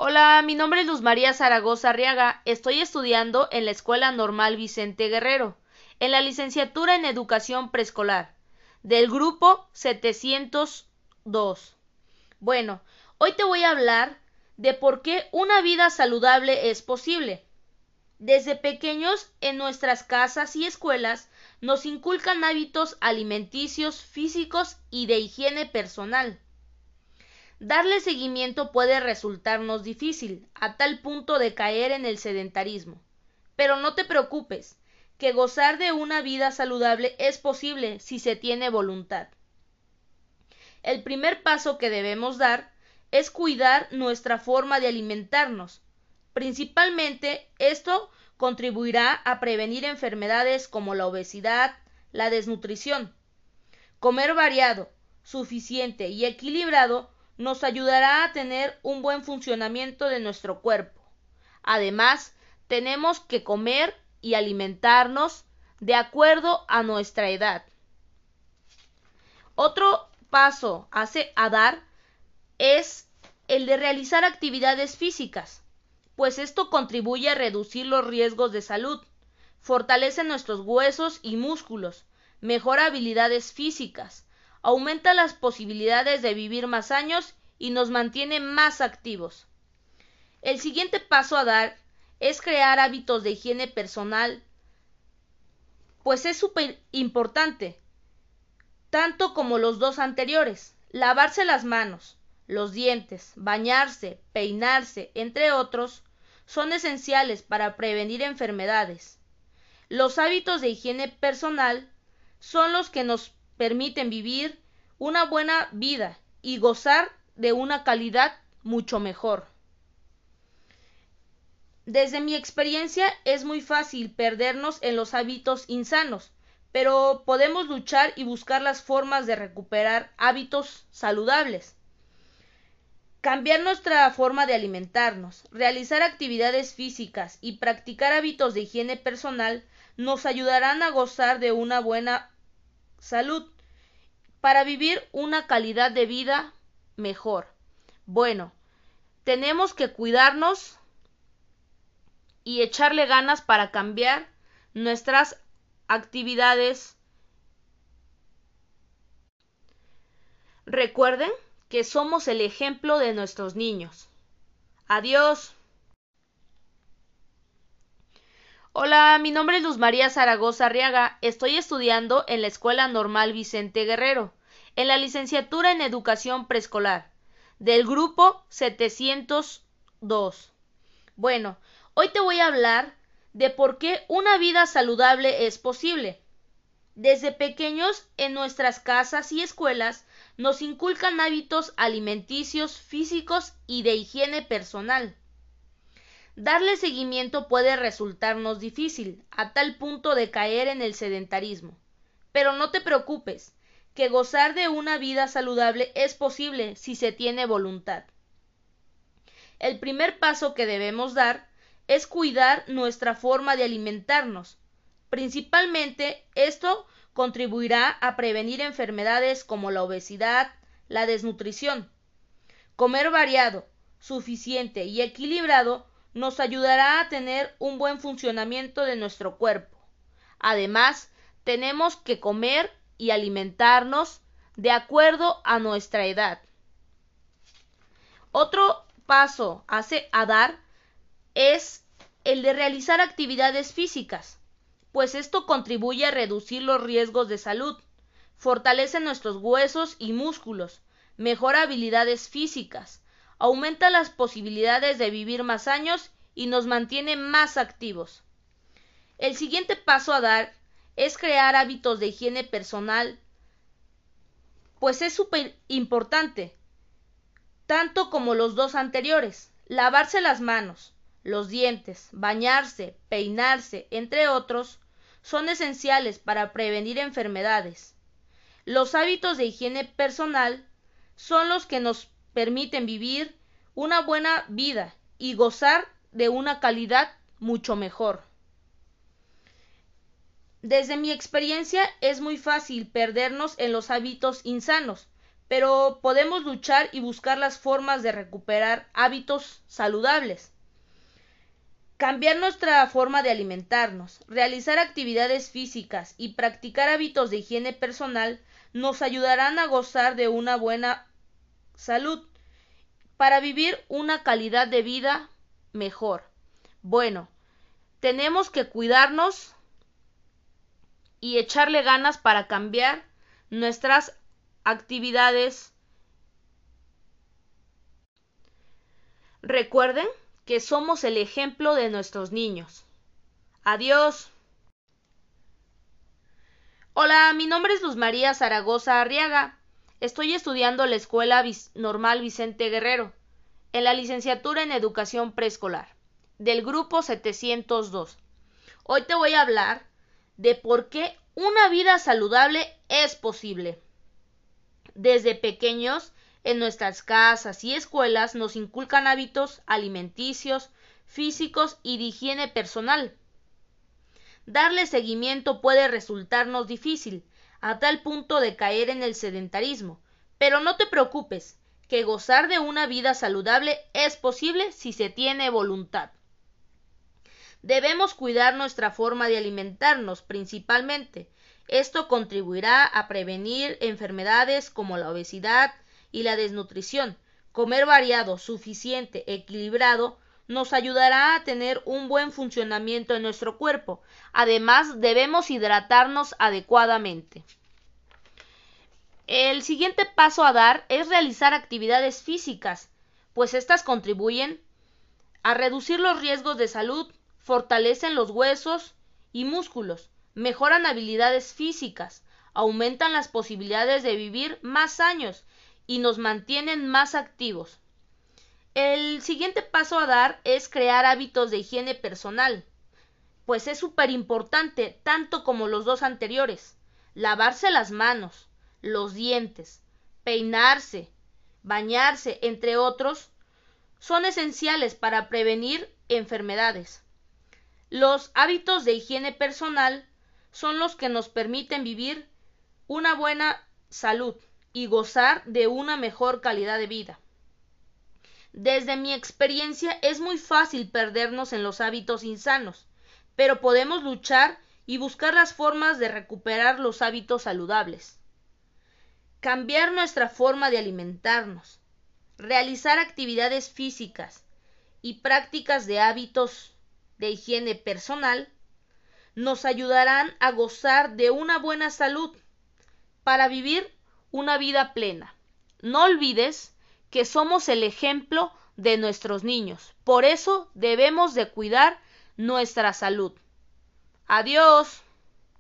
Hola, mi nombre es Luz María Zaragoza Arriaga. Estoy estudiando en la Escuela Normal Vicente Guerrero, en la licenciatura en Educación Preescolar, del grupo 702. Bueno, hoy te voy a hablar de por qué una vida saludable es posible. Desde pequeños, en nuestras casas y escuelas, nos inculcan hábitos alimenticios, físicos y de higiene personal. Darle seguimiento puede resultarnos difícil, a tal punto de caer en el sedentarismo. Pero no te preocupes, que gozar de una vida saludable es posible si se tiene voluntad. El primer paso que debemos dar es cuidar nuestra forma de alimentarnos. Principalmente, esto contribuirá a prevenir enfermedades como la obesidad, la desnutrición. Comer variado, suficiente y equilibrado nos ayudará a tener un buen funcionamiento de nuestro cuerpo. Además, tenemos que comer y alimentarnos de acuerdo a nuestra edad. Otro paso a dar es el de realizar actividades físicas, pues esto contribuye a reducir los riesgos de salud, fortalece nuestros huesos y músculos, mejora habilidades físicas, aumenta las posibilidades de vivir más años y nos mantiene más activos. El siguiente paso a dar es crear hábitos de higiene personal, pues es súper importante, tanto como los dos anteriores. Lavarse las manos, los dientes, bañarse, peinarse, entre otros, son esenciales para prevenir enfermedades. Los hábitos de higiene personal son los que nos permiten vivir una buena vida y gozar de una calidad mucho mejor. Desde mi experiencia es muy fácil perdernos en los hábitos insanos, pero podemos luchar y buscar las formas de recuperar hábitos saludables. Cambiar nuestra forma de alimentarnos, realizar actividades físicas y practicar hábitos de higiene personal nos ayudarán a gozar de una buena salud para vivir una calidad de vida mejor. Bueno, tenemos que cuidarnos y echarle ganas para cambiar nuestras actividades. Recuerden que somos el ejemplo de nuestros niños. Adiós. Hola, mi nombre es Luz María Zaragoza Arriaga. Estoy estudiando en la Escuela Normal Vicente Guerrero, en la licenciatura en Educación Preescolar, del grupo 702. Bueno, hoy te voy a hablar de por qué una vida saludable es posible. Desde pequeños, en nuestras casas y escuelas, nos inculcan hábitos alimenticios, físicos y de higiene personal. Darle seguimiento puede resultarnos difícil, a tal punto de caer en el sedentarismo. Pero no te preocupes, que gozar de una vida saludable es posible si se tiene voluntad. El primer paso que debemos dar es cuidar nuestra forma de alimentarnos. Principalmente, esto contribuirá a prevenir enfermedades como la obesidad, la desnutrición. Comer variado, suficiente y equilibrado nos ayudará a tener un buen funcionamiento de nuestro cuerpo. Además, tenemos que comer y alimentarnos de acuerdo a nuestra edad. Otro paso a dar es el de realizar actividades físicas, pues esto contribuye a reducir los riesgos de salud, fortalece nuestros huesos y músculos, mejora habilidades físicas, aumenta las posibilidades de vivir más años y nos mantiene más activos. El siguiente paso a dar es crear hábitos de higiene personal, pues es súper importante, tanto como los dos anteriores. Lavarse las manos, los dientes, bañarse, peinarse, entre otros, son esenciales para prevenir enfermedades. Los hábitos de higiene personal son los que nos permiten vivir una buena vida y gozar de una calidad mucho mejor. Desde mi experiencia es muy fácil perdernos en los hábitos insanos, pero podemos luchar y buscar las formas de recuperar hábitos saludables. Cambiar nuestra forma de alimentarnos, realizar actividades físicas y practicar hábitos de higiene personal nos ayudarán a gozar de una buena salud para vivir una calidad de vida mejor. Bueno, tenemos que cuidarnos y echarle ganas para cambiar nuestras actividades. Recuerden que somos el ejemplo de nuestros niños. Adiós. Hola, mi nombre es Luz María Zaragoza Arriaga. Estoy estudiando en la Escuela Normal Vicente Guerrero, en la licenciatura en Educación Preescolar, del grupo 702. Hoy te voy a hablar de por qué una vida saludable es posible. Desde pequeños, en nuestras casas y escuelas nos inculcan hábitos alimenticios, físicos y de higiene personal. Darle seguimiento puede resultarnos difícil, a tal punto de caer en el sedentarismo, pero no te preocupes, que gozar de una vida saludable es posible si se tiene voluntad. Debemos cuidar nuestra forma de alimentarnos principalmente. Esto contribuirá a prevenir enfermedades como la obesidad y la desnutrición. Comer variado, suficiente, equilibrado, nos ayudará a tener un buen funcionamiento en nuestro cuerpo. Además, debemos hidratarnos adecuadamente. El siguiente paso a dar es realizar actividades físicas, pues estas contribuyen a reducir los riesgos de salud, fortalecen los huesos y músculos, mejoran habilidades físicas, aumentan las posibilidades de vivir más años y nos mantienen más activos. El siguiente paso a dar es crear hábitos de higiene personal, pues es súper importante, tanto como los dos anteriores. Lavarse las manos, los dientes, peinarse, bañarse, entre otros, son esenciales para prevenir enfermedades. Los hábitos de higiene personal son los que nos permiten vivir una buena salud y gozar de una mejor calidad de vida. Desde mi experiencia es muy fácil perdernos en los hábitos insanos, pero podemos luchar y buscar las formas de recuperar los hábitos saludables. Cambiar nuestra forma de alimentarnos, realizar actividades físicas y prácticas de hábitos de higiene personal nos ayudarán a gozar de una buena salud para vivir una vida plena. No olvides que somos el ejemplo de nuestros niños. Por eso debemos de cuidar nuestra salud. Adiós.